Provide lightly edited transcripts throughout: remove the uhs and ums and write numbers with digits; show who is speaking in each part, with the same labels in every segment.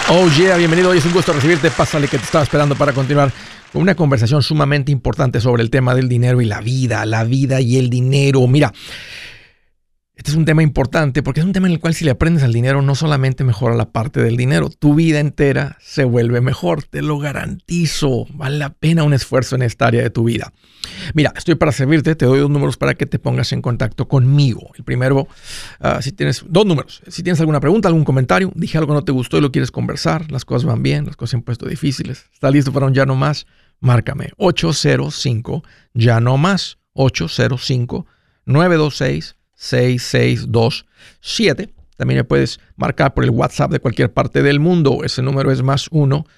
Speaker 1: Oh yeah, bienvenido. Hoy es un gusto recibirte. Pásale que te estaba esperando para continuar con una conversación sumamente importante sobre el tema del dinero y la vida y el dinero. Mira, este es un tema importante porque es un tema en el cual si le aprendes al dinero no solamente mejora la parte del dinero, tu vida entera se vuelve mejor, te lo garantizo. Vale la pena un esfuerzo en esta área de tu vida. Mira, estoy para servirte, te doy 2 números para que te pongas en contacto conmigo. El primero, si tienes 2 números, si tienes alguna pregunta, algún comentario, dije algo que no te gustó y lo quieres conversar, las cosas van bien, las cosas se han puesto difíciles, ¿estás listo para un ya no más? Márcame 805 ya no más 805-926-6627. También me puedes marcar por el WhatsApp de cualquier parte del mundo. Ese número es más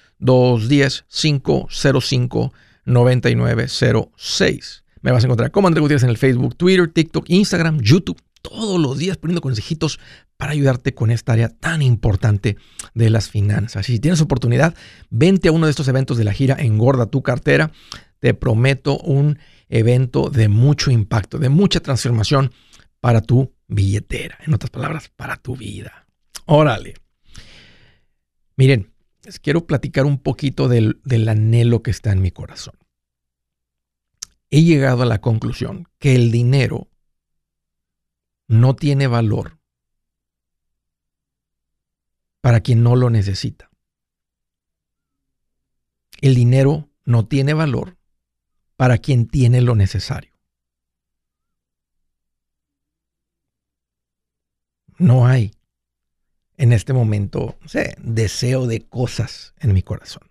Speaker 1: 1-210-505-9906. Me vas a encontrar como Andrés Gutiérrez en el Facebook, Twitter, TikTok, Instagram, YouTube. Todos los días poniendo consejitos para ayudarte con esta área tan importante de las finanzas. Y si tienes oportunidad, vente a uno de estos eventos de la gira Engorda tu cartera. Te prometo un evento de mucho impacto, de mucha transformación para tu billetera. En otras palabras, para tu vida. Órale. Miren, les quiero platicar un poquito del anhelo que está en mi corazón. He llegado a la conclusión que el dinero no tiene valor para quien no lo necesita. El dinero no tiene valor para quien tiene lo necesario. No hay en este momento, no sé, deseo de cosas en mi corazón.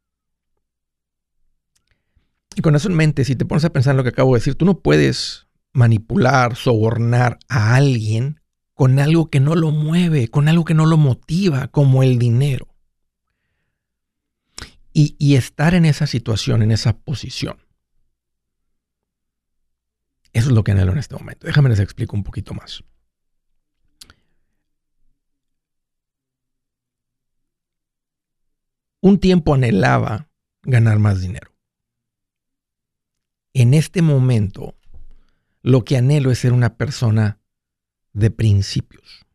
Speaker 1: Y con eso en mente, si te pones a pensar en lo que acabo de decir, tú no puedes manipular, sobornar a alguien con algo que no lo mueve, con algo que no lo motiva, como el dinero. Y estar en esa situación, en esa posición. Eso es lo que anhelo en este momento. Déjame les explico un poquito más. Un tiempo anhelaba ganar más dinero. En este momento, lo que anhelo es ser una persona de principios.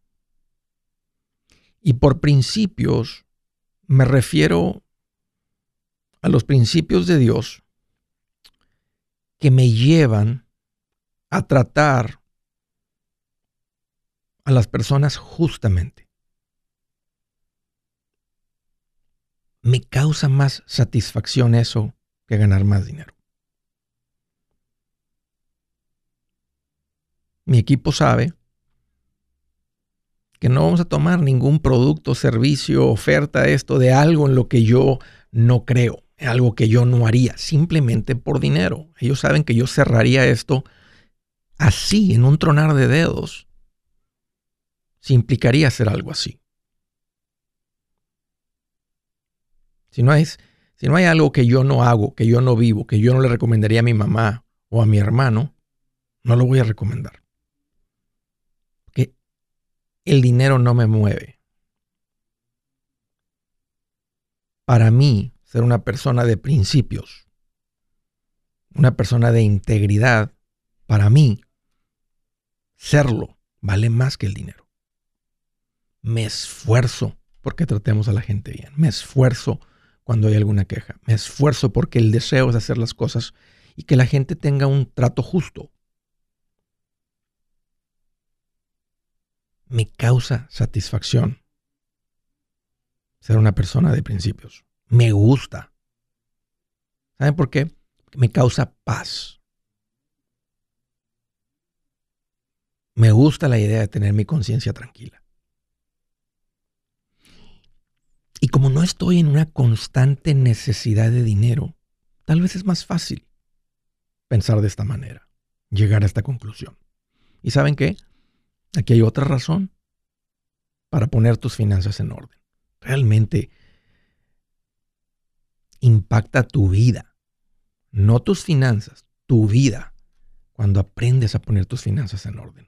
Speaker 1: Y por principios me refiero a los principios de Dios que me llevan a tratar a las personas justamente. Me causa más satisfacción eso que ganar más dinero. Mi equipo sabe que no vamos a tomar ningún producto, servicio, oferta, esto de algo en lo que yo no creo, algo que yo no haría, simplemente por dinero. Ellos saben que yo cerraría esto así, en un tronar de dedos, si implicaría hacer algo así. Si no hay algo que yo no hago, que yo no vivo, que yo no le recomendaría a mi mamá o a mi hermano, no lo voy a recomendar. El dinero no me mueve. Para mí, ser una persona de principios, una persona de integridad, para mí, serlo vale más que el dinero. Me esfuerzo porque tratemos a la gente bien. Me esfuerzo cuando hay alguna queja. Me esfuerzo porque el deseo es hacer las cosas y que la gente tenga un trato justo. Me causa satisfacción ser una persona de principios. Me gusta. ¿Saben por qué? Me causa paz. Me gusta la idea de tener mi conciencia tranquila. Y como no estoy en una constante necesidad de dinero, tal vez es más fácil pensar de esta manera, llegar a esta conclusión. ¿Y saben qué? Aquí hay otra razón para poner tus finanzas en orden. Realmente impacta tu vida, no tus finanzas, tu vida, cuando aprendes a poner tus finanzas en orden.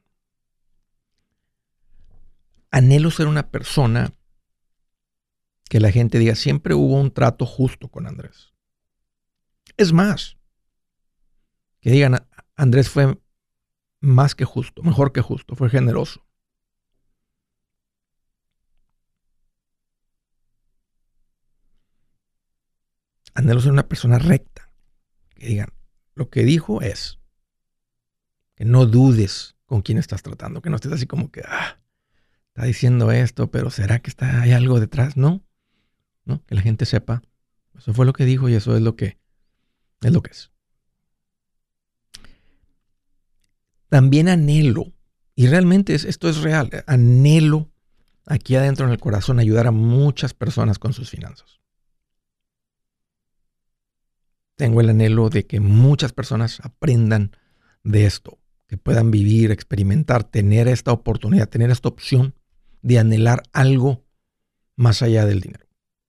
Speaker 1: Anhelo ser una persona que la gente diga, siempre hubo un trato justo con Andrés. Es más, que digan, Andrés fue más que justo, mejor que justo, fue generoso. Anhelo ser una persona recta. Que digan, lo que dijo es. Que no dudes con quién estás tratando. Que no estés así como que, está diciendo esto, pero ¿será que hay algo detrás? No. Que la gente sepa. Eso fue lo que dijo y eso es lo que es. También anhelo, y realmente esto es real, anhelo aquí adentro en el corazón ayudar a muchas personas con sus finanzas. Tengo el anhelo de que muchas personas aprendan de esto, que puedan vivir, experimentar, tener esta oportunidad, tener esta opción de anhelar algo más allá del dinero.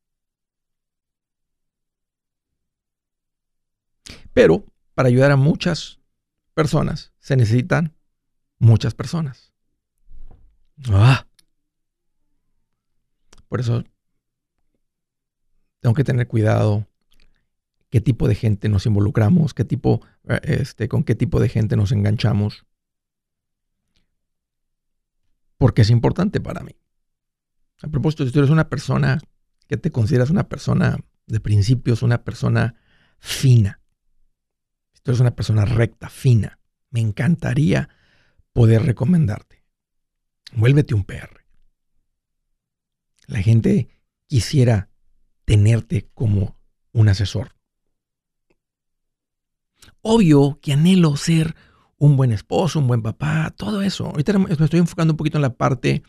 Speaker 1: Pero para ayudar a muchas personas se necesitan muchas personas. Por eso tengo que tener cuidado qué tipo de gente nos involucramos, con qué tipo de gente nos enganchamos. Porque es importante para mí. A propósito, si tú eres una persona que te consideras una persona de principios, una persona fina, si tú eres una persona recta, fina, me encantaría poder recomendarte. Vuélvete un PR. La gente quisiera tenerte como un asesor. Obvio que anhelo ser un buen esposo, un buen papá, todo eso. Ahorita me estoy enfocando un poquito en la parte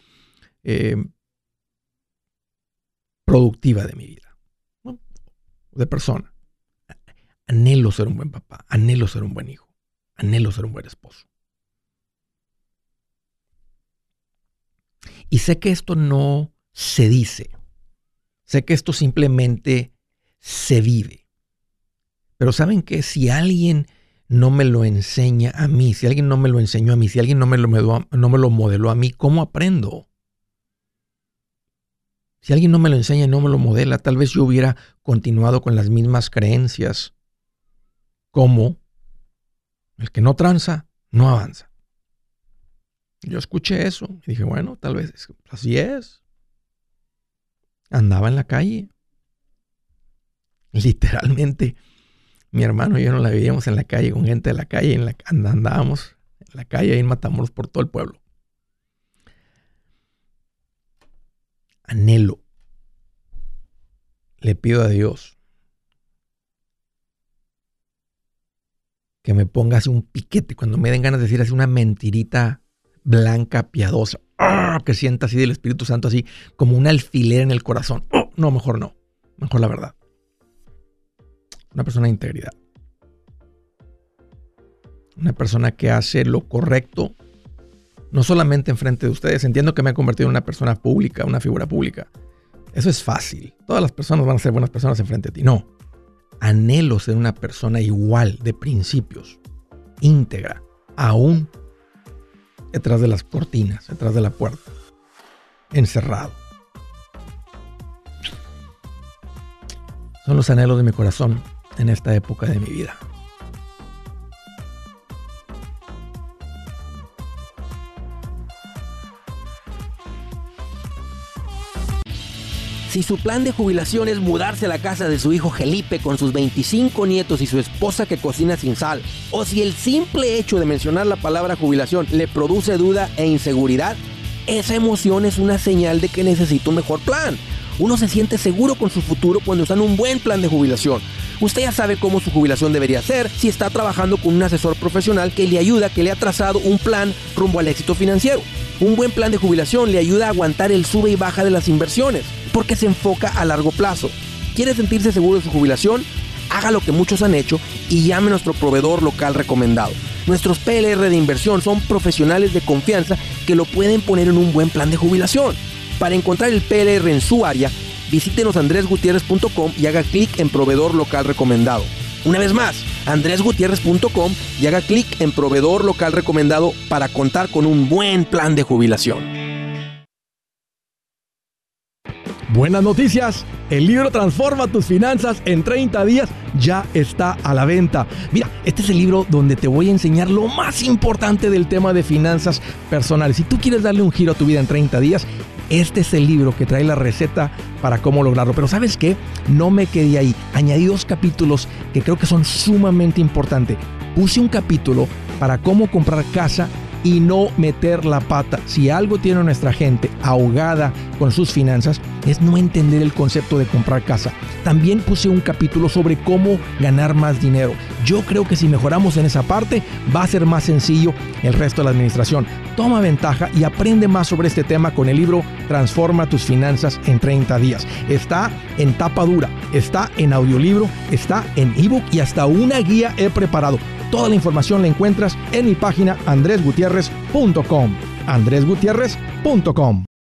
Speaker 1: productiva de mi vida, ¿no? De persona. Anhelo ser un buen papá, anhelo ser un buen hijo, anhelo ser un buen esposo. Y sé que esto no se dice, sé que esto simplemente se vive. Pero ¿saben qué? Si alguien no me lo enseña a mí, si alguien no me lo enseñó a mí, si alguien no me lo modeló a mí, ¿cómo aprendo? Si alguien no me lo enseña y no me lo modela, tal vez yo hubiera continuado con las mismas creencias, como el que no tranza, no avanza. Yo escuché eso y dije, bueno, tal vez así es. Andaba en la calle. Literalmente, mi hermano y yo nos la vivíamos en la calle con gente de la calle. Andábamos en la calle ahí en Matamoros por todo el pueblo. Anhelo. Le pido a Dios que me ponga así un piquete cuando me den ganas de decir así una mentirita blanca, piadosa, que sienta así del Espíritu Santo así como un alfiler en el corazón. No, mejor no. Mejor la verdad. Una persona de integridad. Una persona que hace lo correcto, no solamente enfrente de ustedes. Entiendo que me he convertido en una persona pública, una figura pública. Eso es fácil. Todas las personas van a ser buenas personas enfrente de ti. No. Anhelo ser una persona igual de principios, íntegra, aún detrás de las cortinas, detrás de la puerta, encerrado. Son los anhelos de mi corazón en esta época de mi vida.
Speaker 2: Si su plan de jubilación es mudarse a la casa de su hijo Felipe con sus 25 nietos y su esposa que cocina sin sal, o si el simple hecho de mencionar la palabra jubilación le produce duda e inseguridad, esa emoción es una señal de que necesita un mejor plan. Uno se siente seguro con su futuro cuando está en un buen plan de jubilación. Usted ya sabe cómo su jubilación debería ser si está trabajando con un asesor profesional que le ayuda, que le ha trazado un plan rumbo al éxito financiero. Un buen plan de jubilación le ayuda a aguantar el sube y baja de las inversiones, porque se enfoca a largo plazo. ¿Quiere sentirse seguro de su jubilación? Haga lo que muchos han hecho y llame a nuestro proveedor local recomendado. Nuestros PLR de inversión son profesionales de confianza que lo pueden poner en un buen plan de jubilación. Para encontrar el PLR en su área, visítenos andresgutierrez.com y haga clic en proveedor local recomendado. Una vez más, andresgutierrez.com y haga clic en proveedor local recomendado para contar con un buen plan de jubilación.
Speaker 1: Buenas noticias, el libro Transforma tus finanzas en 30 días ya está a la venta. Mira, este es el libro donde te voy a enseñar lo más importante del tema de finanzas personales. Si tú quieres darle un giro a tu vida en 30 días, Este es el libro que trae la receta para cómo lograrlo. Pero ¿sabes qué? No me quedé ahí. Añadí 2 capítulos que creo que son sumamente importantes. Puse un capítulo para cómo comprar casa y no meter la pata. Si algo tiene nuestra gente ahogada con sus finanzas, es no entender el concepto de comprar casa. También puse un capítulo sobre cómo ganar más dinero. Yo creo que si mejoramos en esa parte, va a ser más sencillo el resto de la administración. Toma ventaja y aprende más sobre este tema con el libro Transforma tus finanzas en 30 días. Está en tapa dura, está en audiolibro, está en ebook y hasta una guía he preparado. Toda la información la encuentras en mi página andresgutierrez.com. andresgutierrez.com.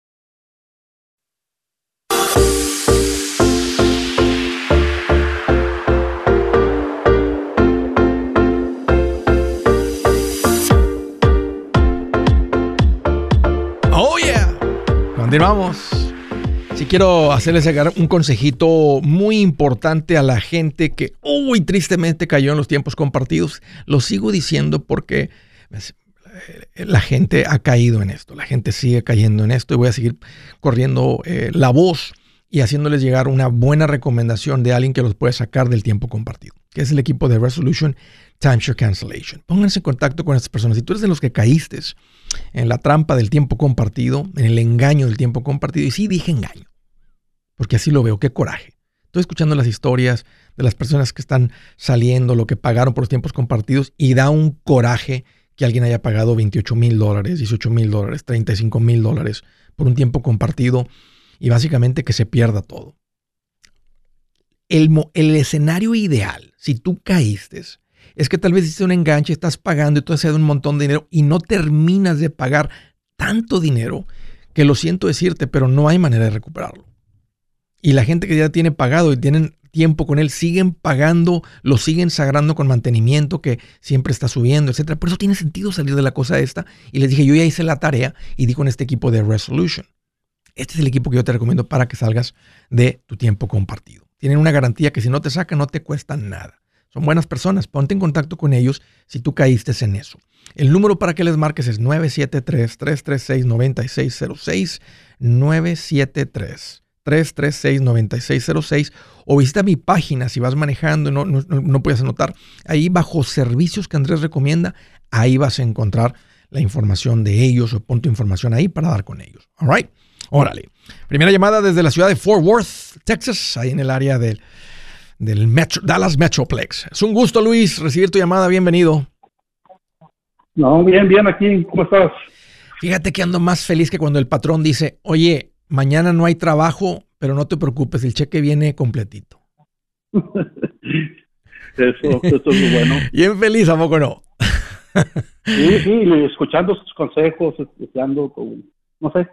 Speaker 1: Oh yeah. Continuamos. Si quiero hacerles llegar un consejito muy importante a la gente que tristemente cayó en los tiempos compartidos. Lo sigo diciendo porque la gente ha caído en esto. La gente sigue cayendo en esto y voy a seguir corriendo la voz y haciéndoles llegar una buena recomendación de alguien que los puede sacar del tiempo compartido, que es el equipo de Resolution Timeshare Cancellation. Pónganse en contacto con estas personas. Si tú eres de los que caíste en la trampa del tiempo compartido, en el engaño del tiempo compartido, y sí dije engaño, porque así lo veo, qué coraje. Estoy escuchando las historias de las personas que están saliendo, lo que pagaron por los tiempos compartidos, y da un coraje que alguien haya pagado $28,000, $18,000, $35,000 por un tiempo compartido y básicamente que se pierda todo. El escenario ideal, si tú caíste, es que tal vez hiciste un enganche, estás pagando y tú has dado un montón de dinero y no terminas de pagar tanto dinero que lo siento decirte, pero no hay manera de recuperarlo. Y la gente que ya tiene pagado y tienen tiempo con él, siguen pagando, lo siguen sagrando con mantenimiento que siempre está subiendo, etcétera. Por eso tiene sentido salir de la cosa esta. Y les dije, yo ya hice la tarea y di con este equipo de Resolution. Este es el equipo que yo te recomiendo para que salgas de tu tiempo compartido. Tienen una garantía que si no te sacan, no te cuesta nada. Son buenas personas. Ponte en contacto con ellos si tú caíste en eso. El número para que les marques es 973-336-9606. 973-336-9606 o visita mi página si vas manejando y no puedes anotar. Ahí bajo servicios que Andrés recomienda, ahí vas a encontrar la información de ellos o pon tu información ahí para dar con ellos. All right. Órale. Primera llamada desde la ciudad de Fort Worth, Texas, ahí en el área del Dallas Metroplex. Es un gusto, Luis, recibir tu llamada. Bienvenido.
Speaker 3: No, bien aquí. ¿Cómo estás?
Speaker 1: Fíjate que ando más feliz que cuando el patrón dice, oye, mañana no hay trabajo, pero no te preocupes, el cheque viene completito.
Speaker 3: Eso es muy bueno.
Speaker 1: Bien feliz, ¿a poco no?
Speaker 3: Sí, escuchando sus consejos, escuchando, no sé,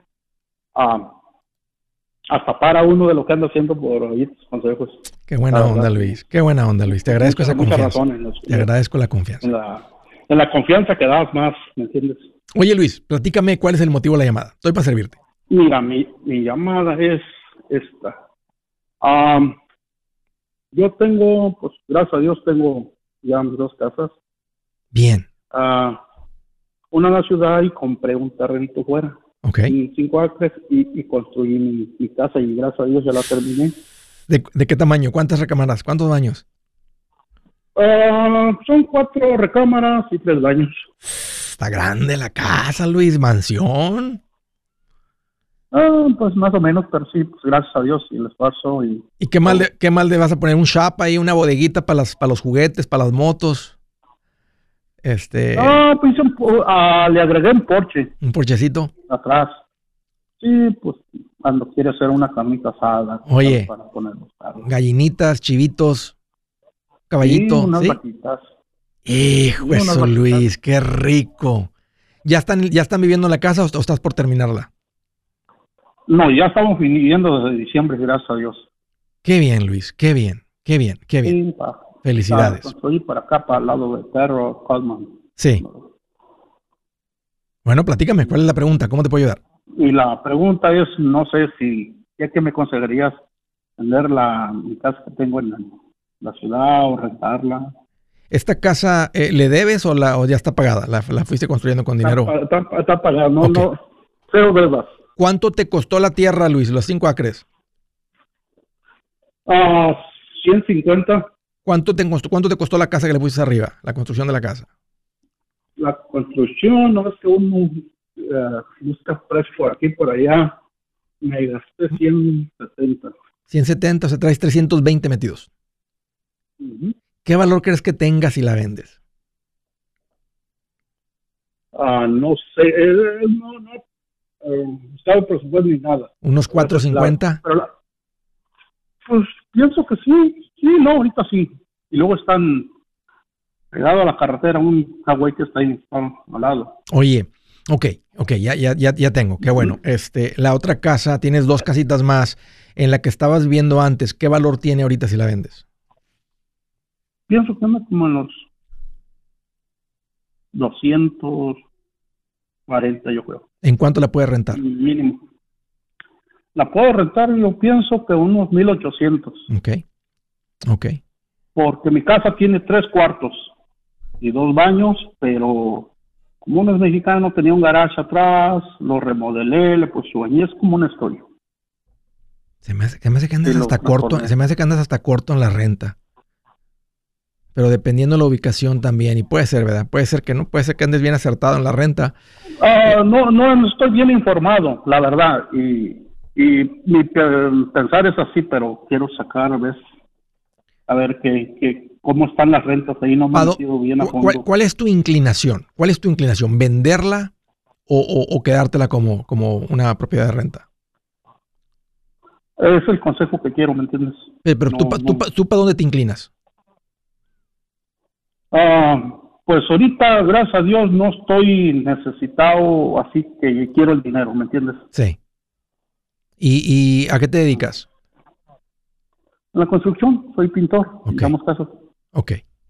Speaker 3: hasta para uno de lo que ando haciendo por oír tus consejos.
Speaker 1: Qué buena onda, Luis. Qué buena onda, Luis. Te agradezco esa confianza. Te agradezco la confianza.
Speaker 3: En la confianza que das más, ¿me entiendes?
Speaker 1: Oye, Luis, platícame cuál es el motivo de la llamada. Estoy para servirte.
Speaker 3: Mira, mi llamada es esta. Yo tengo, pues gracias a Dios, tengo ya mis 2 casas.
Speaker 1: Bien.
Speaker 3: Una en la ciudad y compré un terrenito fuera.
Speaker 1: Ok.
Speaker 3: 5 acres y construí mi casa y gracias a Dios ya la terminé.
Speaker 1: ¿De qué tamaño? ¿Cuántas recámaras? ¿Cuántos baños?
Speaker 3: Son 4 recámaras y 3 baños.
Speaker 1: Está grande la casa, Luis. ¿Mansión?
Speaker 3: Pues más o menos, pero sí, pues gracias a Dios y el esfuerzo. ¿Y
Speaker 1: qué mal le vas a poner? ¿Un shop ahí, una bodeguita para los juguetes, para las motos?
Speaker 3: Pues le agregué un porche.
Speaker 1: ¿Un porchecito?
Speaker 3: Atrás. Sí, pues cuando quiere hacer una carnita asada.
Speaker 1: Oye,
Speaker 3: para poner los carros.
Speaker 1: Gallinitas, chivitos, caballito.
Speaker 3: Sí, unas
Speaker 1: ¿sí?
Speaker 3: vaquitas.
Speaker 1: Hijo,
Speaker 3: Sí,
Speaker 1: eso, Luis, qué rico. ¿Ya están viviendo en la casa o estás por terminarla?
Speaker 3: No, ya estamos viviendo desde diciembre, gracias a Dios.
Speaker 1: Qué bien, Luis, qué bien. Sí, felicidades.
Speaker 3: Construí para acá, para el lado de Perro, Colman.
Speaker 1: Sí. Bueno, platícame, ¿cuál es la pregunta? ¿Cómo te puedo ayudar?
Speaker 3: Y la pregunta es, no sé si, ¿ya que me conseguirías vender mi casa que tengo en la ciudad o rentarla?
Speaker 1: ¿Esta casa le debes o ya está pagada? ¿La fuiste construyendo con dinero?
Speaker 3: Está pagada, no,
Speaker 1: Okay.
Speaker 3: no, cero deudas.
Speaker 1: ¿Cuánto te costó la tierra, Luis, los 5 acres?
Speaker 3: 150.
Speaker 1: ¿Cuánto te costó la casa que le pusiste arriba, la construcción de la casa?
Speaker 3: La construcción, no es que uno busca precio por aquí, por allá. Me gasté 170.
Speaker 1: 170, o sea, traes 320 metidos.
Speaker 3: Uh-huh.
Speaker 1: ¿Qué valor crees que tenga si la vendes?
Speaker 3: No sé, no estaba el presupuesto ni nada.
Speaker 1: ¿Unos 450?
Speaker 3: Pues pienso que sí, no, ahorita sí. Y luego están pegados a la carretera, un highway que está ahí al lado.
Speaker 1: Oye, ok, ya tengo, qué bueno. La otra casa, tienes 2 casitas más en la que estabas viendo antes. ¿Qué valor tiene ahorita si la vendes?
Speaker 3: Pienso que anda como en los 240, yo creo.
Speaker 1: ¿En cuánto la puedes rentar?
Speaker 3: Mínimo. La puedo rentar, yo pienso que unos 1,800.
Speaker 1: Ok.
Speaker 3: Porque mi casa tiene 3 cuartos y 2 baños, pero como uno es mexicano, tenía un garage atrás, lo remodelé, le puse su baño, es como una historia.
Speaker 1: Se me hace que andas hasta corto, se me hace que andas hasta corto en la renta. Pero dependiendo de la ubicación también, y puede ser, ¿verdad? Puede ser que no, puede ser que andes bien acertado en la renta.
Speaker 3: No estoy bien informado, la verdad, y mi pensar es así, pero quiero sacar a ver cómo están las rentas ahí, no me he metido bien a fondo.
Speaker 1: ¿Cuál es tu inclinación? ¿Venderla o quedártela como una propiedad de renta?
Speaker 3: Es el consejo que quiero, ¿me entiendes?
Speaker 1: Pero ¿tú para dónde te inclinas?
Speaker 3: Pues ahorita, gracias a Dios, no estoy necesitado, así que quiero el dinero, ¿me entiendes?
Speaker 1: Sí. ¿Y a qué te dedicas?
Speaker 3: En la construcción, soy pintor, pintamos casas.
Speaker 1: Ok.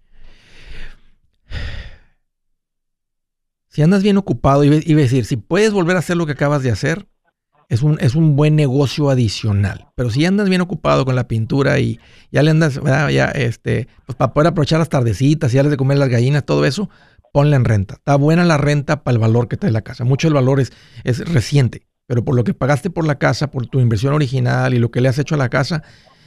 Speaker 1: Si andas bien ocupado, iba a decir, si puedes volver a hacer lo que acabas de hacer, es un buen negocio adicional. Pero si andas bien ocupado con la pintura y ya le andas, ¿verdad? Pues para poder aprovechar las tardecitas y darles de comer las gallinas, todo eso, ponla en renta. Está buena la renta para el valor que trae la casa. Mucho del valor es reciente, pero por lo que pagaste por la casa, por tu inversión original y lo que le has hecho a la casa,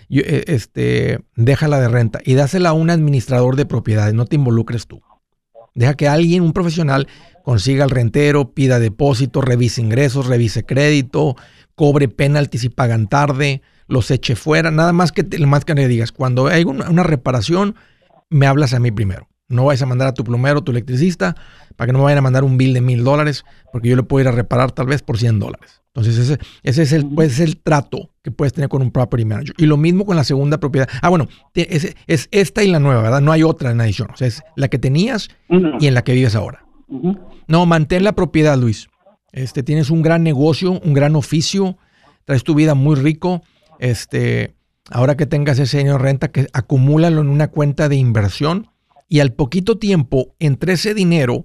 Speaker 1: déjala de renta y dásela a un administrador de propiedades. No te involucres tú. Deja que alguien, un profesional, consiga al rentero, pida depósito, revise ingresos, revise crédito, cobre penaltis si pagan tarde, los eche fuera. Nada más que le digas, cuando hay una reparación, me hablas a mí primero. No vayas a mandar a tu plomero, tu electricista, para que no me vayan a mandar un bill de $1,000, porque yo le puedo ir a reparar tal vez por $100. Entonces ese es el trato que puedes tener con un property manager. Y lo mismo con la segunda propiedad. Bueno, es esta y la nueva, ¿verdad? No hay otra en adición. O sea, es la que tenías y en la que vives ahora.
Speaker 3: Uh-huh.
Speaker 1: No, mantén la propiedad, Luis. Tienes un gran negocio, un gran oficio, traes tu vida muy rico. Ahora que tengas ese dinero de renta, que acumúlalo en una cuenta de inversión y al poquito tiempo, entre ese dinero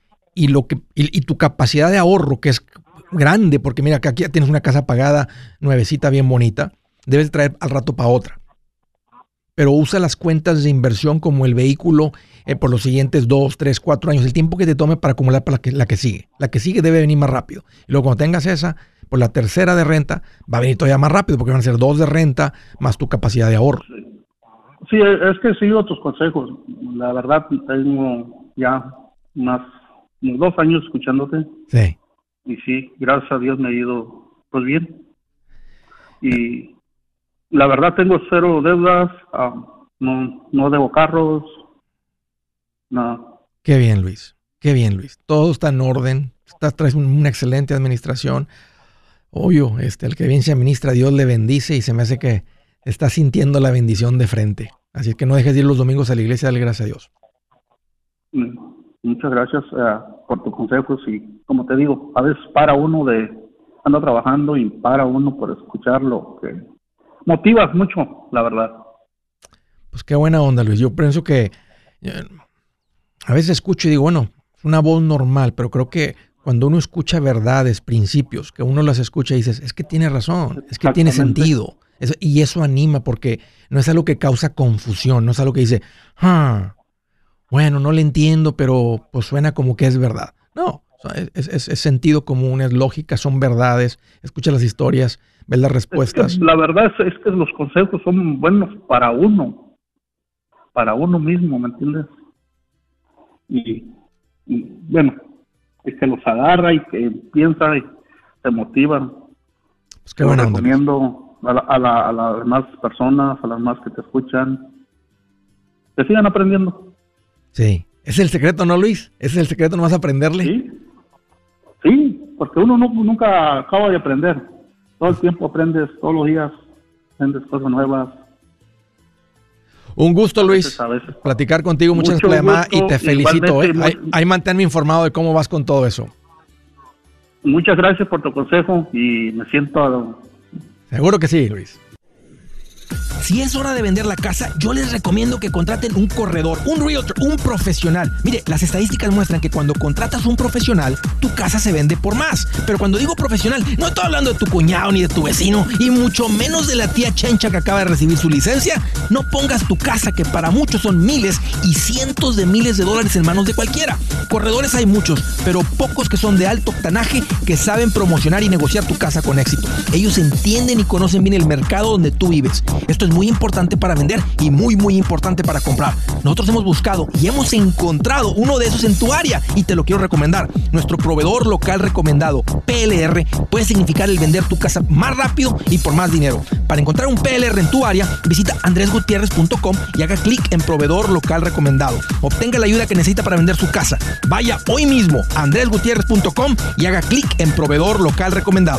Speaker 1: y tu capacidad de ahorro, que es grande, porque mira que aquí ya tienes una casa pagada, nuevecita, bien bonita, debes traer al rato para otra. Pero usa las cuentas de inversión como el vehículo por los siguientes 2, 3, 4 años, el tiempo que te tome para acumular para la que sigue. La que sigue debe venir más rápido. Y luego cuando tengas esa, pues la tercera de renta va a venir todavía más rápido, porque van a ser 2 de renta más tu capacidad de ahorro.
Speaker 3: Sí, es que sigo tus consejos. La verdad, tengo ya unos 2 años escuchándote.
Speaker 1: Sí.
Speaker 3: Y sí, gracias a Dios me ha ido pues bien. Y la verdad tengo 0 deudas, no debo carros, nada.
Speaker 1: Qué bien, Luis. Todo está en orden. Traes una excelente administración. Obvio, el que bien se administra, Dios le bendice y se me hace que está sintiendo la bendición de frente. Así es que no dejes de ir los domingos a la iglesia, dale gracias a Dios.
Speaker 3: Muchas gracias por tus consejos y como te digo, a veces ando trabajando y para uno por escucharlo, que motivas mucho, la verdad.
Speaker 1: Pues qué buena onda, Luis. Yo pienso que a veces escucho y digo, bueno, es una voz normal, pero creo que cuando uno escucha verdades, principios, que uno las escucha y dices, es que tiene razón, es que tiene sentido. Y eso anima porque no es algo que causa confusión, no es algo que dice, bueno, no le entiendo, pero pues suena como que es verdad. No, Es sentido común, es lógica, son verdades. Escucha las historias, ves las respuestas.
Speaker 3: Es que la verdad es que los consejos son buenos para uno mismo, ¿me entiendes? Y bueno, el que los agarra y que piensa y se motiva.
Speaker 1: Pues qué buena onda.
Speaker 3: Recomiendo a las demás personas, a las más que te escuchan, que sigan aprendiendo.
Speaker 1: Sí, ese es el secreto, ¿no, Luis? Ese es el secreto, nomás aprenderle.
Speaker 3: Sí, porque uno nunca acaba de aprender. Todo el tiempo aprendes, todos los días aprendes cosas nuevas.
Speaker 1: Un gusto, Luis,
Speaker 3: a veces.
Speaker 1: platicar contigo. Muchas gracias por la llamada y te felicito. Ahí manténme informado de cómo vas con todo eso.
Speaker 3: Muchas gracias por tu consejo y me siento...
Speaker 1: Seguro que sí, Luis.
Speaker 2: Si es hora de vender la casa, yo les recomiendo que contraten un corredor, un realtor, un profesional. Mire, las estadísticas muestran que cuando contratas un profesional, tu casa se vende por más. Pero cuando digo profesional, no estoy hablando de tu cuñado ni de tu vecino, y mucho menos de la tía Chencha que acaba de recibir su licencia. No pongas tu casa, que para muchos son miles y cientos de miles de dólares en manos de cualquiera. Corredores hay muchos, pero pocos que son de alto octanaje, que saben promocionar y negociar tu casa con éxito. Ellos entienden y conocen bien el mercado donde tú vives. Esto es muy importante para vender y muy importante para comprar. Nosotros hemos buscado y hemos encontrado uno de esos en tu área y te lo quiero recomendar. Nuestro proveedor local recomendado, PLR, puede significar el vender tu casa más rápido y por más dinero. Para encontrar un PLR en tu área, visita andresgutierrez.com y haga clic en proveedor local recomendado. Obtenga la ayuda que necesita para vender su casa. Vaya hoy mismo a andresgutierrez.com y haga clic en proveedor local recomendado.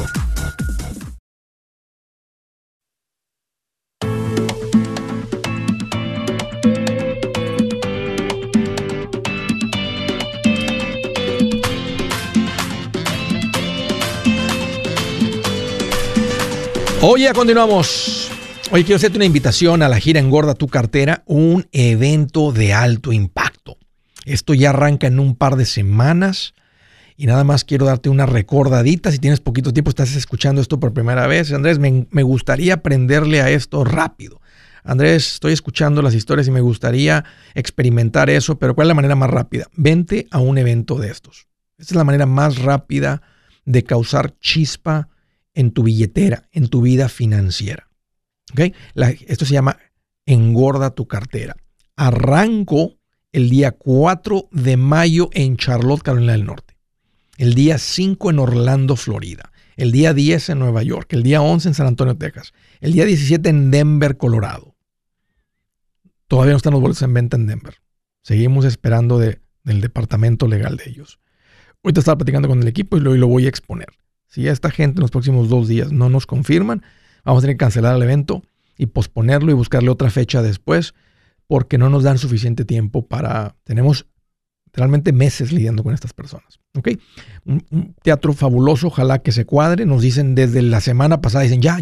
Speaker 1: Hoy ya continuamos. Hoy quiero hacerte una invitación a la gira Engorda tu Cartera, un evento de alto impacto. Esto ya arranca en un par de semanas y nada más quiero darte una recordadita. Si tienes poquito tiempo, estás escuchando esto por primera vez. Andrés, me gustaría aprenderle a esto rápido. Andrés, estoy escuchando las historias y me gustaría experimentar eso, pero ¿cuál es la manera más rápida? Vente a un evento de estos. Esta es la manera más rápida de causar chispa en tu billetera, en tu vida financiera. ¿Okay? Esto se llama Engorda tu Cartera. Arranco el día 4 de mayo en Charlotte, Carolina del Norte. El día 5 en Orlando, Florida. El día 10 en Nueva York. El día 11 en San Antonio, Texas. El día 17 en Denver, Colorado. Todavía no están los boletos en venta en Denver. Seguimos esperando del departamento legal de ellos. Ahorita estaba platicando con el equipo y lo voy a exponer. Si esta gente en los próximos 2 días no nos confirman, vamos a tener que cancelar el evento y posponerlo y buscarle otra fecha después porque no nos dan suficiente tiempo tenemos realmente meses lidiando con estas personas. ¿Okay? Un teatro fabuloso, ojalá que se cuadre. Nos dicen desde la semana pasada, dicen ya,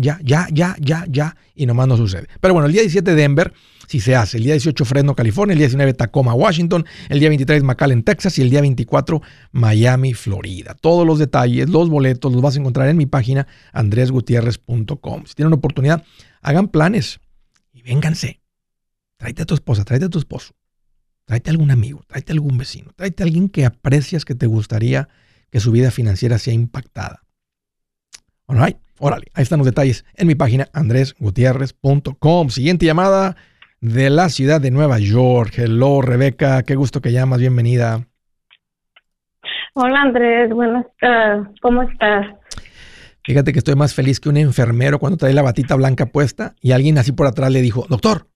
Speaker 1: y nomás no sucede. Pero bueno, el día 17 Denver, sí se hace. El día 18 Fresno, California. El día 19 Tacoma, Washington. El día 23 McAllen, Texas. Y el día 24 Miami, Florida. Todos los detalles, los boletos, los vas a encontrar en mi página andresgutierrez.com. Si tienen una oportunidad, hagan planes y vénganse. Tráete a tu esposa, tráete a tu esposo. Tráete a algún amigo, tráete a algún vecino, tráete a alguien que aprecias, que te gustaría que su vida financiera sea impactada. All right, órale, ahí están los detalles en mi página andresgutierrez.com. Siguiente llamada de la ciudad de Nueva York. Hello, Rebeca, qué gusto que llamas, bienvenida.
Speaker 4: Hola Andrés, buenas tardes, ¿cómo estás?
Speaker 1: Fíjate que estoy más feliz que un enfermero cuando trae la batita blanca puesta y alguien así por atrás le dijo, doctor.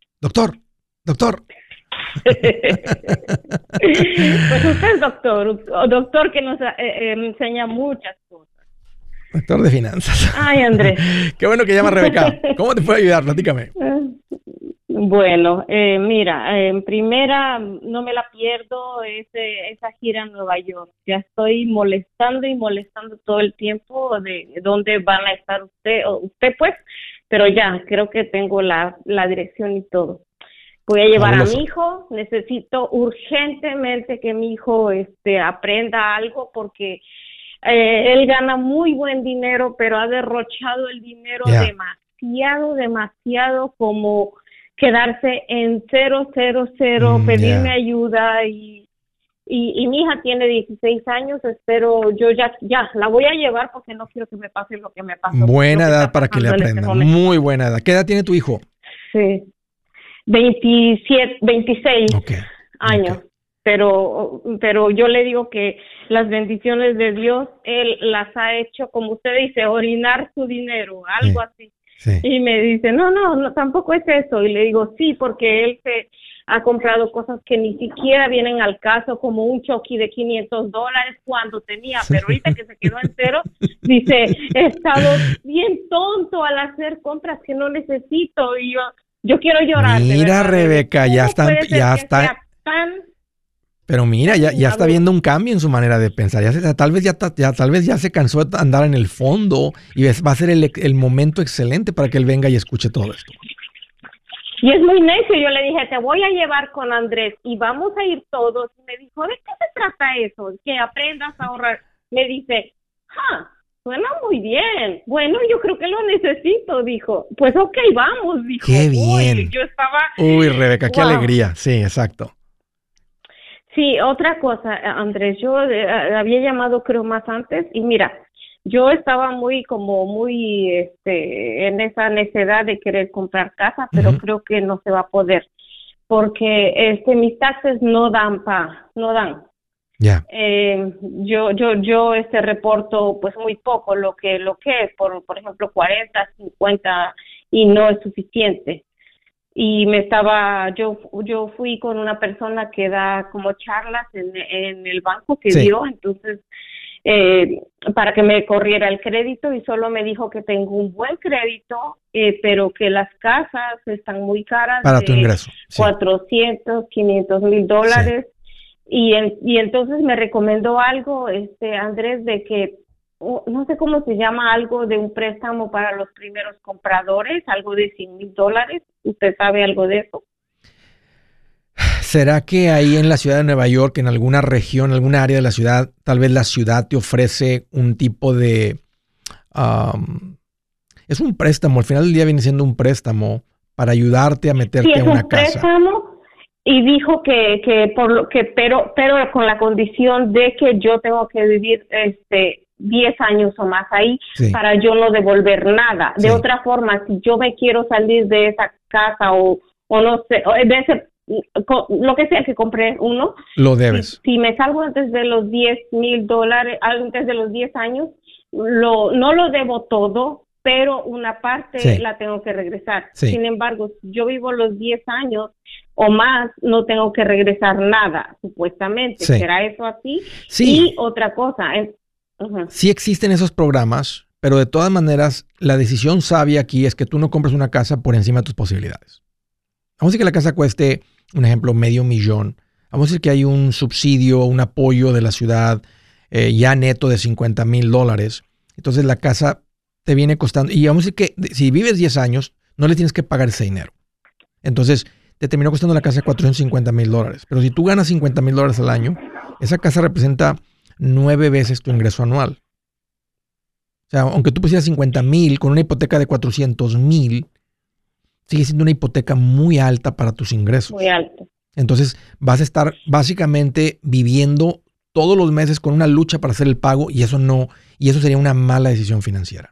Speaker 4: Pues usted es doctor que nos enseña muchas cosas.
Speaker 1: Doctor de finanzas.
Speaker 4: Ay, Andrés.
Speaker 1: Qué bueno que llamas, Rebeca. ¿Cómo te puedo ayudar? Platícame.
Speaker 4: Bueno, mira, en primera no me la pierdo esa gira en Nueva York. Ya estoy molestando todo el tiempo de dónde van a estar usted pues, pero ya creo que tengo la dirección y todo. Voy a llevar a mi hijo, necesito urgentemente que mi hijo aprenda algo porque él gana muy buen dinero, pero ha derrochado el dinero demasiado como quedarse en 0, pedirme ayuda y Y mi hija tiene 16 años, espero, yo ya la voy a llevar porque no quiero que me pase lo que me pasó.
Speaker 1: Buena edad para que le aprenda, muy buena edad. ¿Qué edad tiene tu hijo?
Speaker 4: Sí, 26 años. Okay. Pero yo le digo que las bendiciones de Dios, Él las ha hecho, como usted dice, orinar su dinero, algo así. Sí. Y me dice, no, tampoco es eso. Y le digo, sí, porque Él se ha comprado cosas que ni siquiera vienen al caso, como un Chucky de $500 cuando tenía, pero ahorita que se quedó en cero, dice, he estado bien tonto al hacer compras que no necesito, y yo quiero llorar.
Speaker 1: Mira, Rebeca, ya está. Pero mira, ya está viendo un cambio en su manera de pensar. Tal vez ya se cansó de andar en el fondo y va a ser el momento excelente para que él venga y escuche todo esto.
Speaker 4: Y es muy necio. Yo le dije, te voy a llevar con Andrés y vamos a ir todos. Y me dijo, ¿de qué se trata eso? Que aprendas a ahorrar. Me dice, suena muy bien. Bueno, yo creo que lo necesito, dijo. Pues ok, vamos, dijo.
Speaker 1: ¡Qué bien!
Speaker 4: Uy, yo estaba...
Speaker 1: Uy, Rebeca, qué alegría. Sí, exacto.
Speaker 4: Sí, otra cosa, Andrés, yo había llamado creo más antes y mira, yo estaba muy en esa necesidad de querer comprar casa, pero creo que no se va a poder porque mis taxes no dan.
Speaker 1: Ya.
Speaker 4: Yo reporto pues muy poco lo que es, por ejemplo 40, 50 y no es suficiente. Y yo fui con una persona que da como charlas en el banco que dio, entonces para que me corriera el crédito y solo me dijo que tengo un buen crédito, pero que las casas están muy caras.
Speaker 1: Para tu ingreso. Sí.
Speaker 4: $400,000, $500,000. Sí. Y entonces me recomendó algo, Andrés, de que no sé cómo se llama, algo de un préstamo para los primeros compradores, algo de $100,000. ¿Usted sabe algo de eso?
Speaker 1: ¿Será que ahí en la ciudad de Nueva York, en alguna región, alguna área de la ciudad, tal vez la ciudad te ofrece un tipo de... es un préstamo, al final del día viene siendo un préstamo para ayudarte a meterte a una casa.
Speaker 4: Sí, es un préstamo y dijo pero con la condición de que yo tengo que vivir 10 años o más ahí para yo no devolver nada. De otra forma, si yo me quiero salir de esa casa o no sé, lo que sea que compré uno,
Speaker 1: lo debes.
Speaker 4: Si me salgo antes de los $10,000, antes de los 10 años, no lo debo todo, pero una parte la tengo que regresar.
Speaker 1: Sí.
Speaker 4: Sin embargo, si yo vivo los 10 años o más, no tengo que regresar nada, supuestamente.
Speaker 1: Sí.
Speaker 4: ¿Será eso así?
Speaker 1: Sí.
Speaker 4: Y otra cosa...
Speaker 1: Sí existen esos programas, pero de todas maneras, la decisión sabia aquí es que tú no compres una casa por encima de tus posibilidades. Vamos a decir que la casa cueste, un ejemplo, $500,000. Vamos a decir que hay un subsidio, un apoyo de la ciudad ya neto de $50,000. Entonces la casa te viene costando, y vamos a decir que si vives 10 años, no le tienes que pagar ese dinero. Entonces te terminó costando la casa $450,000. Pero si tú ganas $50,000 al año, esa casa representa 9 veces tu ingreso anual. O sea, aunque tú pusieras 50,000 con una hipoteca de 400,000, sigue siendo una hipoteca muy alta para tus ingresos.
Speaker 4: Muy alta.
Speaker 1: Entonces vas a estar básicamente viviendo todos los meses con una lucha para hacer el pago y eso sería una mala decisión financiera.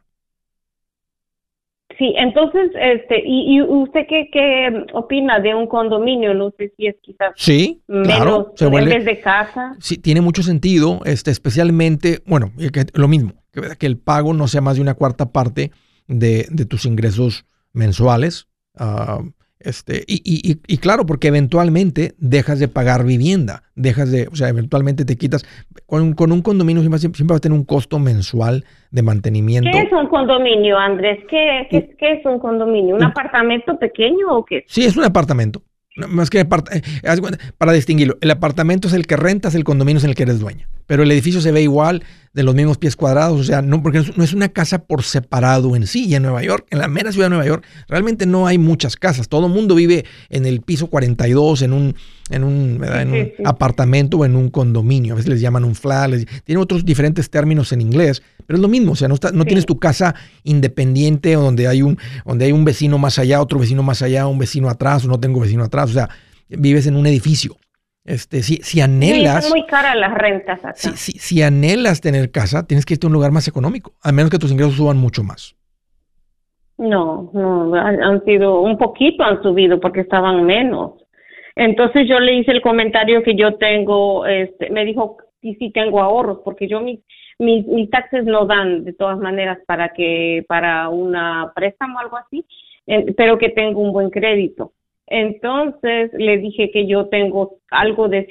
Speaker 4: Sí, entonces, ¿y usted qué opina de un condominio? No sé si es quizás
Speaker 1: claro,
Speaker 4: menos en vez de casa.
Speaker 1: Sí, tiene mucho sentido, especialmente, bueno, lo mismo, que el pago no sea más de una cuarta parte de tus ingresos mensuales. Y claro, porque eventualmente dejas de pagar vivienda, eventualmente te quitas, con un condominio siempre va a tener un costo mensual de mantenimiento.
Speaker 4: ¿Qué es un condominio, Andrés? ¿Qué es un condominio? ¿Un apartamento pequeño o qué?
Speaker 1: Sí, es un apartamento. Más que para distinguirlo, el apartamento es el que rentas, el condominio es el que eres dueña. Pero el edificio se ve igual, de los mismos pies cuadrados, o sea, no, porque no es una casa por separado en sí. Y en Nueva York, en la mera ciudad de Nueva York, realmente no hay muchas casas. Todo el mundo vive en el piso 42, en un apartamento o en un condominio. A veces les llaman un flat, tienen otros diferentes términos en inglés, pero es lo mismo. O sea, no tienes tu casa independiente donde hay un vecino más allá, otro vecino más allá, un vecino atrás, o no tengo vecino atrás. O sea, vives en un edificio. Si anhelas...
Speaker 4: Sí, son muy caras las rentas acá.
Speaker 1: Si anhelas tener casa, tienes que irte a un lugar más económico, a menos que tus ingresos suban mucho más.
Speaker 4: No, han sido, un poquito han subido porque estaban menos. Entonces yo le hice el comentario que yo tengo, me dijo, sí tengo ahorros, porque yo mis taxes no dan de todas maneras para una préstamo o algo así, pero que tengo un buen crédito. Entonces le dije que yo tengo algo de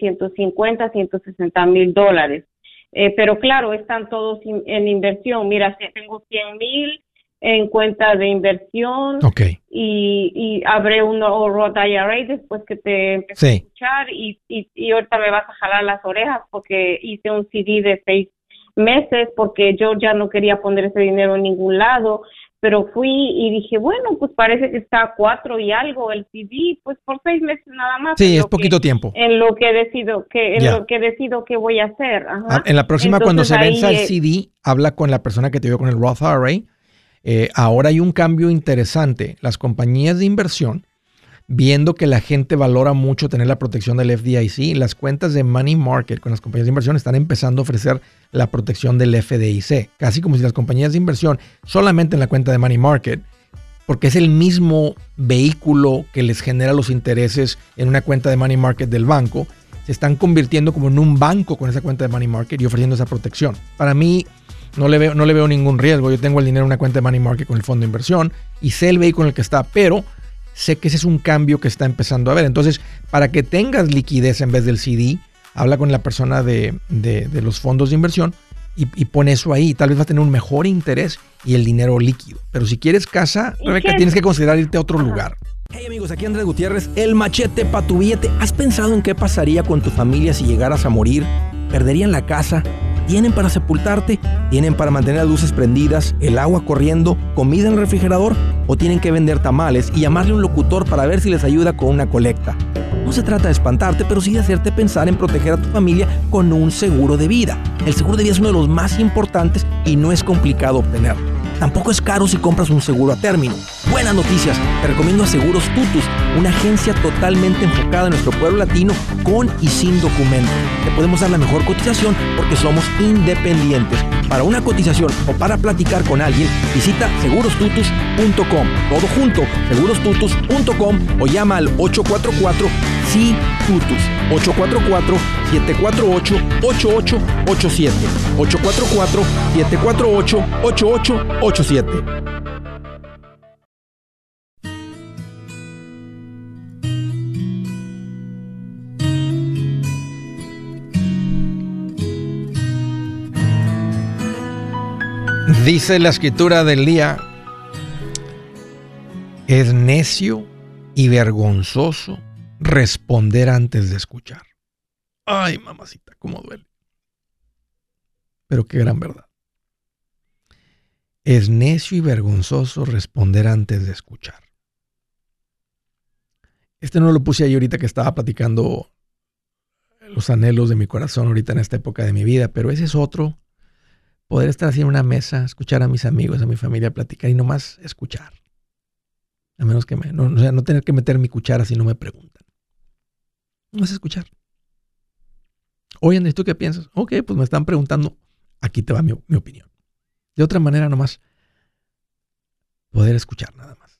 Speaker 4: $150,000-$160,000, pero claro, están todos en inversión. Mira, tengo 100,000 en cuenta de inversión.
Speaker 1: Okay.
Speaker 4: Y abré un Roth IRA después que te empecé a escuchar y ahorita me vas a jalar las orejas porque hice un CD de 6 meses porque yo ya no quería poner ese dinero en ningún lado, pero fui y dije, bueno, pues parece que está a 4 y algo el CD, pues por 6 meses nada más.
Speaker 1: Sí, es poquito tiempo.
Speaker 4: En lo que decido qué voy a hacer. Ajá.
Speaker 1: En la próxima, cuando se venza el
Speaker 4: CD,
Speaker 1: CD, habla con la persona que te dio con el Roth IRA. Ahora hay un cambio interesante. Las compañías de inversión, viendo que la gente valora mucho tener la protección del FDIC, las cuentas de Money Market con las compañías de inversión están empezando a ofrecer la protección del FDIC. Casi como si las compañías de inversión solamente en la cuenta de Money Market, porque es el mismo vehículo que les genera los intereses en una cuenta de Money Market del banco, se están convirtiendo como en un banco con esa cuenta de Money Market y ofreciendo esa protección. Para mí, no le veo ningún riesgo. Yo tengo el dinero en una cuenta de Money Market con el fondo de inversión y sé el vehículo en el que está, pero sé que ese es un cambio que está empezando a haber. Entonces, para que tengas liquidez en vez del CD, habla con la persona de los fondos de inversión y pon eso ahí. Tal vez va a tener un mejor interés y el dinero líquido. Pero si quieres casa, Rebeca, tienes que considerar irte a otro lugar.
Speaker 2: Hey amigos, aquí Andrés Gutiérrez, el machete para tu billete. ¿Has pensado en qué pasaría con tu familia si llegaras a morir? ¿Perderían la casa? ¿Tienen para sepultarte? ¿Tienen para mantener las luces prendidas, el agua corriendo, comida en el refrigerador? ¿O tienen que vender tamales y llamarle a un locutor para ver si les ayuda con una colecta? No se trata de espantarte, pero sí de hacerte pensar en proteger a tu familia con un seguro de vida. El seguro de vida es uno de los más importantes y no es complicado obtenerlo. Tampoco es caro si compras un seguro a término. Buenas noticias, te recomiendo a Seguros Tutus, una agencia totalmente enfocada en nuestro pueblo latino con y sin documentos. Te podemos dar la mejor cotización porque somos independientes. Para una cotización o para platicar con alguien, visita segurostutus.com. Todo junto, segurostutus.com o llama al 844-SI-TUTUS. 844-748-8887. 844-748-8887.
Speaker 1: Dice la escritura del día, es necio y vergonzoso responder antes de escuchar. Ay, mamacita, cómo duele. Pero qué gran verdad. Es necio y vergonzoso responder antes de escuchar. No lo puse ahí ahorita que estaba platicando los anhelos de mi corazón ahorita en esta época de mi vida, pero ese es otro. Poder estar así en una mesa, escuchar a mis amigos, a mi familia, platicar y nomás escuchar. A menos que no tener que meter mi cuchara si no me preguntan. Nomás escuchar. Oye, Andrés, ¿tú qué piensas? Ok, pues me están preguntando. Aquí te va mi opinión. De otra manera, nomás poder escuchar nada más.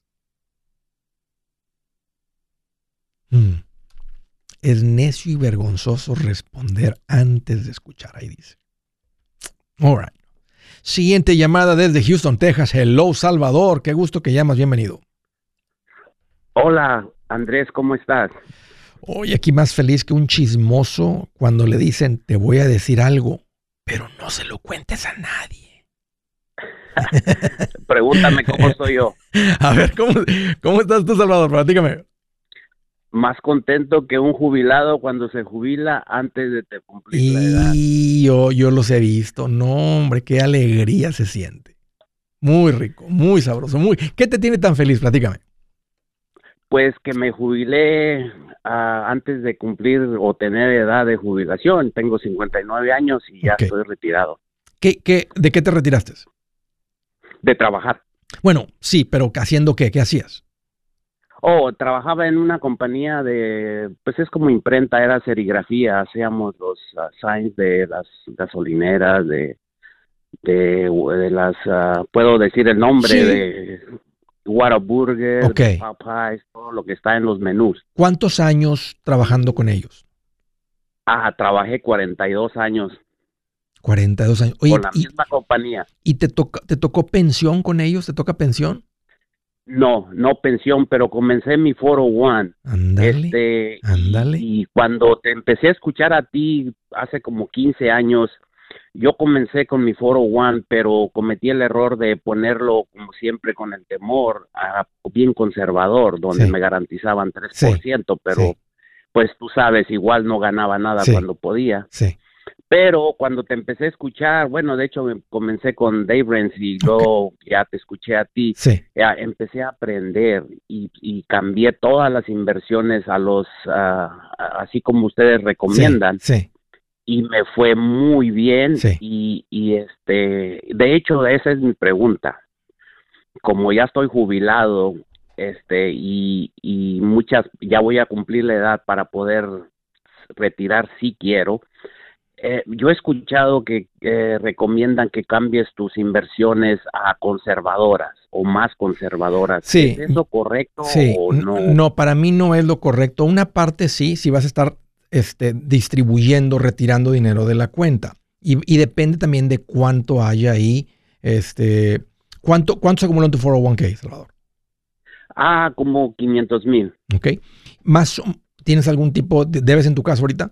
Speaker 1: Es necio y vergonzoso responder antes de escuchar. Ahí dice. All right. Siguiente llamada desde Houston, Texas. Hello, Salvador. Qué gusto que llamas. Bienvenido.
Speaker 5: Hola, Andrés. ¿Cómo estás?
Speaker 1: Hoy aquí más feliz que un chismoso cuando le dicen, te voy a decir algo, pero no se lo cuentes a nadie.
Speaker 5: Pregúntame cómo soy yo.
Speaker 1: A ver, ¿cómo estás tú, Salvador? Platícame.
Speaker 5: Más contento que un jubilado cuando se jubila antes de cumplir la edad.
Speaker 1: Y yo los he visto. No, hombre, qué alegría se siente. Muy rico, muy sabroso. ¿Qué te tiene tan feliz? Platícame.
Speaker 5: Pues que me jubilé antes de cumplir o tener edad de jubilación. Tengo 59 años y ya estoy retirado.
Speaker 1: ¿De qué te retiraste?
Speaker 5: De trabajar.
Speaker 1: Bueno, sí, pero ¿haciendo qué? ¿Qué hacías?
Speaker 5: Trabajaba en una compañía pues es como imprenta, era serigrafía, hacíamos los signs de las gasolineras, de las, puedo decir el nombre,
Speaker 1: Sí.
Speaker 5: de Whataburger,
Speaker 1: Ok.
Speaker 5: de Popeyes, todo lo que está en los menús.
Speaker 1: ¿Cuántos años trabajando con ellos?
Speaker 5: Trabajé 42 años
Speaker 1: 42 años. Oye,
Speaker 5: con la misma compañía.
Speaker 1: ¿y te tocó pensión con ellos? ¿Te toca pensión?
Speaker 5: No pensión, pero comencé mi 401.
Speaker 1: Ándale, ándale.
Speaker 5: Y cuando te empecé a escuchar a ti hace como 15 años, yo comencé con mi 401, pero cometí el error de ponerlo, como siempre, con el temor, bien conservador, donde
Speaker 1: Sí.
Speaker 5: me garantizaban 3%, pero
Speaker 1: Sí.
Speaker 5: pues tú sabes, igual no ganaba nada
Speaker 1: Sí.
Speaker 5: cuando podía.
Speaker 1: Sí.
Speaker 5: Pero cuando te empecé a escuchar, bueno, de hecho comencé con Dave Ramsey y luego ya te escuché a ti,
Speaker 1: Sí.
Speaker 5: ya empecé a aprender y cambié todas las inversiones a los, así como ustedes recomiendan.
Speaker 1: Sí.
Speaker 5: Y me fue muy bien.
Speaker 1: Sí.
Speaker 5: Y de hecho esa es mi pregunta. Como ya estoy jubilado, y ya voy a cumplir la edad para poder retirar si quiero. Yo he escuchado que recomiendan que cambies tus inversiones a conservadoras o más conservadoras.
Speaker 1: Sí.
Speaker 5: ¿Es eso correcto
Speaker 1: Sí.
Speaker 5: o no?
Speaker 1: No, para mí no es lo correcto. Una parte sí, si vas a estar distribuyendo, retirando dinero de la cuenta. Y depende también de cuánto haya ahí. ¿Cuánto se acumuló en tu 401k, Salvador?
Speaker 5: Como 500,000.
Speaker 1: Ok. ¿Tienes algún tipo debes en tu casa ahorita?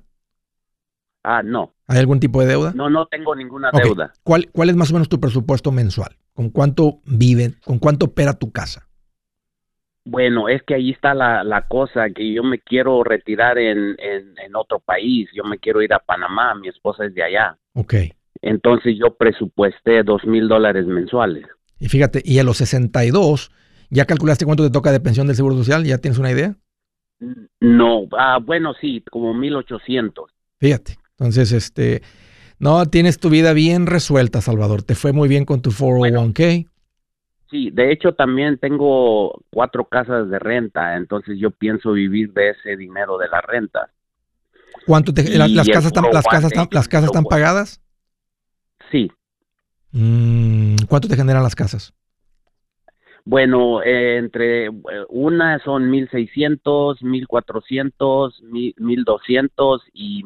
Speaker 5: No.
Speaker 1: ¿Hay algún tipo de deuda?
Speaker 5: No tengo ninguna
Speaker 1: Okay.
Speaker 5: deuda.
Speaker 1: ¿Cuál es más o menos tu presupuesto mensual? ¿Con cuánto viven? ¿Con cuánto opera tu casa?
Speaker 5: Bueno, es que ahí está la cosa, que yo me quiero retirar en otro país. Yo me quiero ir a Panamá, mi esposa es de allá.
Speaker 1: Ok.
Speaker 5: Entonces yo presupuesté $2,000 mensuales.
Speaker 1: Y fíjate, y a los 62, ¿ya calculaste cuánto te toca de pensión del Seguro Social? ¿Ya tienes una idea?
Speaker 5: No, bueno, sí, como 1,800.
Speaker 1: Fíjate. Entonces, no, tienes tu vida bien resuelta, Salvador. Te fue muy bien con tu 401k.
Speaker 5: Sí, de hecho también tengo 4 casas de renta, entonces yo pienso vivir de ese dinero de la renta.
Speaker 1: ¿Cuánto las casas están pagadas?
Speaker 5: Sí.
Speaker 1: ¿Cuánto te generan las casas?
Speaker 5: Bueno, entre una son 1,600, 1,400, 1,200 y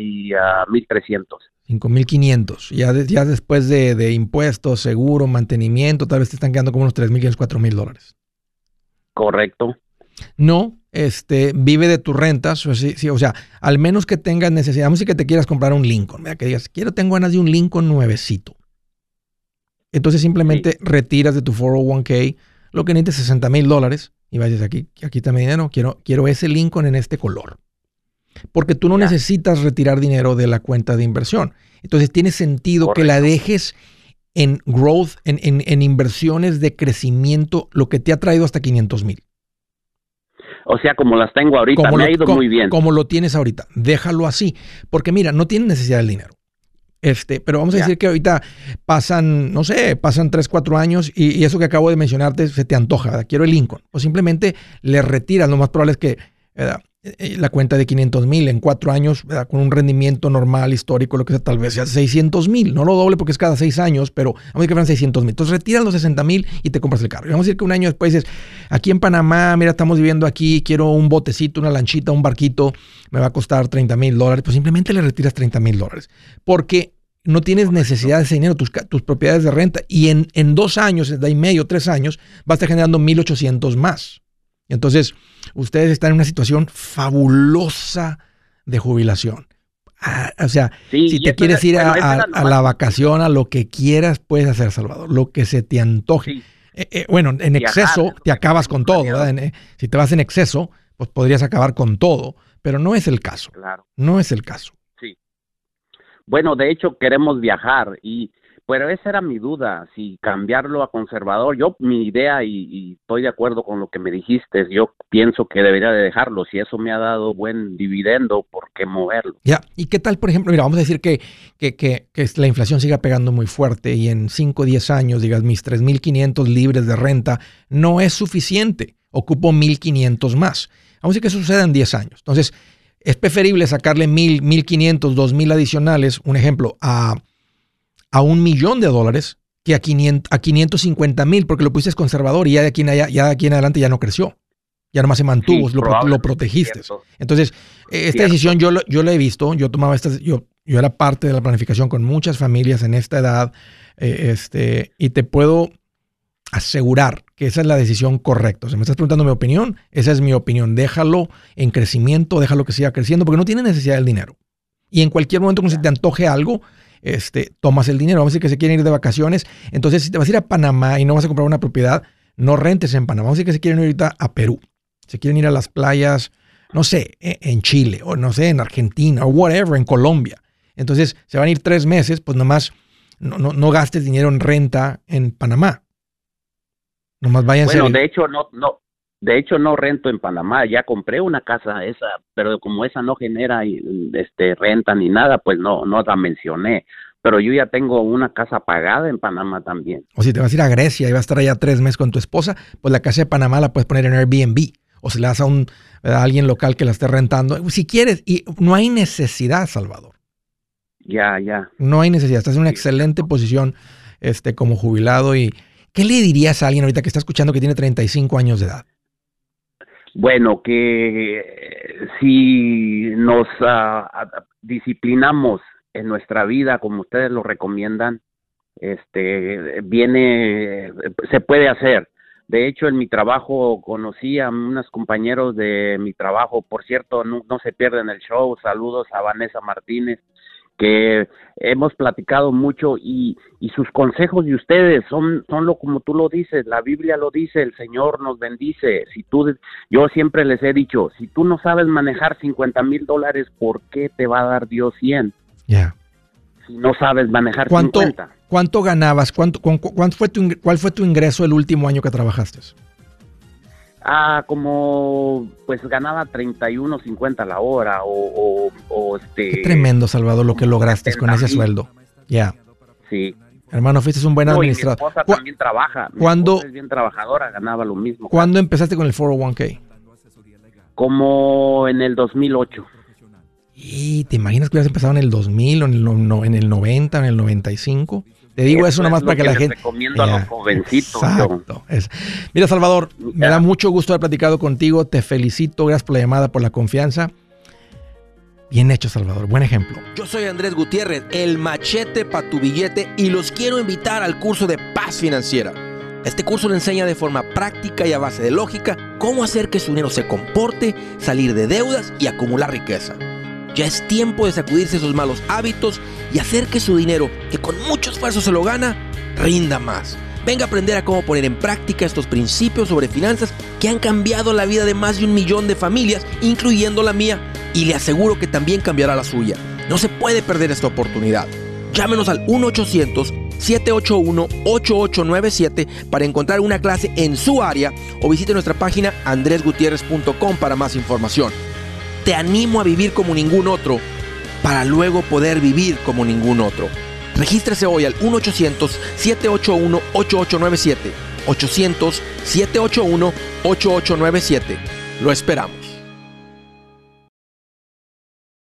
Speaker 5: 1,300.
Speaker 1: 5,500. Ya después de impuestos, seguro, mantenimiento, tal vez te están quedando como unos 3,500, $4,000.
Speaker 5: Correcto.
Speaker 1: No, vive de tus rentas, o sea, al menos que tengas necesidad, vamos a decir que te quieras comprar un Lincoln, ¿verdad? Que digas, tengo ganas de un Lincoln nuevecito. Entonces simplemente retiras de tu 401k lo que necesites, $60,000, y vas a decir, aquí está mi dinero, quiero ese Lincoln en este color. Porque tú no necesitas retirar dinero de la cuenta de inversión. Entonces tiene sentido que la dejes en growth, en inversiones de crecimiento, lo que te ha traído hasta 500,000.
Speaker 5: O sea, como las tengo ahorita, me ha ido muy bien.
Speaker 1: Como lo tienes ahorita, déjalo así. Porque mira, no tienes necesidad del dinero. Pero vamos a decir que ahorita pasan 3, 4 años y eso que acabo de mencionarte se te antoja, ¿verdad? Quiero el Lincoln. O simplemente le retiras. Lo más probable es que la cuenta de 500,000 en 4 años, ¿verdad? Con un rendimiento normal, histórico, lo que sea, tal vez sea 600,000. No lo doble porque es cada 6 años, pero vamos a decir que fueran 600,000. Entonces retiras los 60,000 y te compras el carro. Y vamos a decir que un año después dices, aquí en Panamá, mira, estamos viviendo aquí, quiero un botecito, una lanchita, un barquito, me va a costar $30,000. Pues simplemente le retiras $30,000. Porque no tienes necesidad de ese dinero, tus propiedades de renta. Y en 2 años, de ahí medio, 3 años, vas a estar generando 1,800 más. Entonces, ustedes están en una situación fabulosa de jubilación. O sea, si te quieres ir a la vacación, a lo que quieras, puedes hacer, Salvador, lo que se te antoje. Sí. En exceso te acabas con todo, ¿verdad? Si te vas en exceso, pues podrías acabar con todo, pero no es el caso.
Speaker 5: Claro.
Speaker 1: No es el caso.
Speaker 5: Sí. Bueno, de hecho queremos viajar pero esa era mi duda, si cambiarlo a conservador. Mi idea, y estoy de acuerdo con lo que me dijiste, yo pienso que debería de dejarlo. Si eso me ha dado buen dividendo, ¿por qué moverlo?
Speaker 1: Ya, ¿y qué tal, por ejemplo? Mira, vamos a decir que la inflación siga pegando muy fuerte y en 5 o 10 años, digas, mis 3,500 libres de renta no es suficiente. ocupo 1,500 más. Vamos a decir que eso suceda en 10 años. Entonces, es preferible sacarle 1,000, 1,500, 2,000 adicionales, un ejemplo, a $1,000,000 que a 550,000, porque lo pusiste conservador y ya de aquí en adelante ya no creció. Ya nomás se mantuvo,
Speaker 5: Sí,
Speaker 1: lo protegiste.
Speaker 5: cierto.
Speaker 1: Entonces, esta decisión yo la he visto, yo era parte de la planificación con muchas familias en esta edad, y te puedo asegurar que esa es la decisión correcta. Si me estás preguntando mi opinión, esa es mi opinión. Déjalo en crecimiento, déjalo que siga creciendo, porque no tiene necesidad del dinero. Y en cualquier momento cuando se te antoje algo, tomas el dinero. Vamos a decir que se quieren ir de vacaciones. Entonces, si te vas a ir a Panamá y no vas a comprar una propiedad, no rentes en Panamá. Vamos a decir que se quieren ir ahorita a Perú. Se quieren ir a las playas, no sé, en Chile, o no sé, en Argentina, o whatever, en Colombia. Entonces, se van a ir 3 meses, pues nomás no gastes dinero en renta en Panamá. Nomás váyanse.
Speaker 5: Bueno, de hecho no rento en Panamá, ya compré una casa esa, pero como esa no genera renta ni nada, pues no la mencioné. Pero yo ya tengo una casa pagada en Panamá también.
Speaker 1: O si te vas a ir a Grecia y vas a estar allá 3 meses con tu esposa, pues la casa de Panamá la puedes poner en Airbnb. O si le das a alguien local que la esté rentando. Si quieres, y no hay necesidad, Salvador.
Speaker 5: Ya.
Speaker 1: No hay necesidad. Estás en una excelente posición como jubilado. ¿Y qué le dirías a alguien ahorita que está escuchando que tiene 35 años de edad?
Speaker 5: Bueno, que si nos disciplinamos en nuestra vida, como ustedes lo recomiendan, se puede hacer. De hecho, en mi trabajo conocí a unos compañeros de mi trabajo, por cierto, no se pierden el show, saludos a Vanessa Martínez, que hemos platicado mucho y sus consejos de ustedes son como tú lo dices, la Biblia lo dice, el Señor nos bendice. Yo siempre les he dicho, si tú no sabes manejar $50,000, ¿por qué te va a dar Dios 100?
Speaker 1: Ya.
Speaker 5: Si no sabes manejar 50.
Speaker 1: ¿Cuánto ganabas? ¿Cuál fue tu ingreso el último año que trabajaste?
Speaker 5: Como pues ganaba 31.50 la hora
Speaker 1: Qué tremendo, Salvador, lo que lograste con ese sueldo. Ya.
Speaker 5: Sí.
Speaker 1: Hermano, fuiste un buen administrador.
Speaker 5: Mi esposa también trabaja. Mi esposa es bien trabajadora, ganaba lo mismo.
Speaker 1: ¿Cuándo empezaste con el 401k?
Speaker 5: Como en el 2008.
Speaker 1: ¿Y te imaginas que hubieras empezado en el 2000 o en el 90 o en el 95? Te digo eso nomás para que la gente...
Speaker 5: recomiendo a los jovencitos.
Speaker 1: Exacto. Mira, Salvador, me da mucho gusto haber platicado contigo. Te felicito. Gracias por la llamada, por la confianza. Bien hecho, Salvador. Buen ejemplo.
Speaker 2: Yo soy Andrés Gutiérrez, el machete para tu billete, y los quiero invitar al curso de Paz Financiera. Este curso le enseña de forma práctica y a base de lógica cómo hacer que su dinero se comporte, salir de deudas y acumular riqueza. Ya es tiempo de sacudirse esos malos hábitos y hacer que su dinero, que con mucho esfuerzo se lo gana, rinda más. Venga a aprender a cómo poner en práctica estos principios sobre finanzas que han cambiado la vida de más de 1 millón de familias, incluyendo la mía, y le aseguro que también cambiará la suya. No se puede perder esta oportunidad. Llámenos al 1-800-781-8897 para encontrar una clase en su área o visite nuestra página andresgutierrez.com para más información. Te animo a vivir como ningún otro para luego poder vivir como ningún otro. Regístrese hoy al 1-800-781-8897. 800-781-8897. Lo esperamos.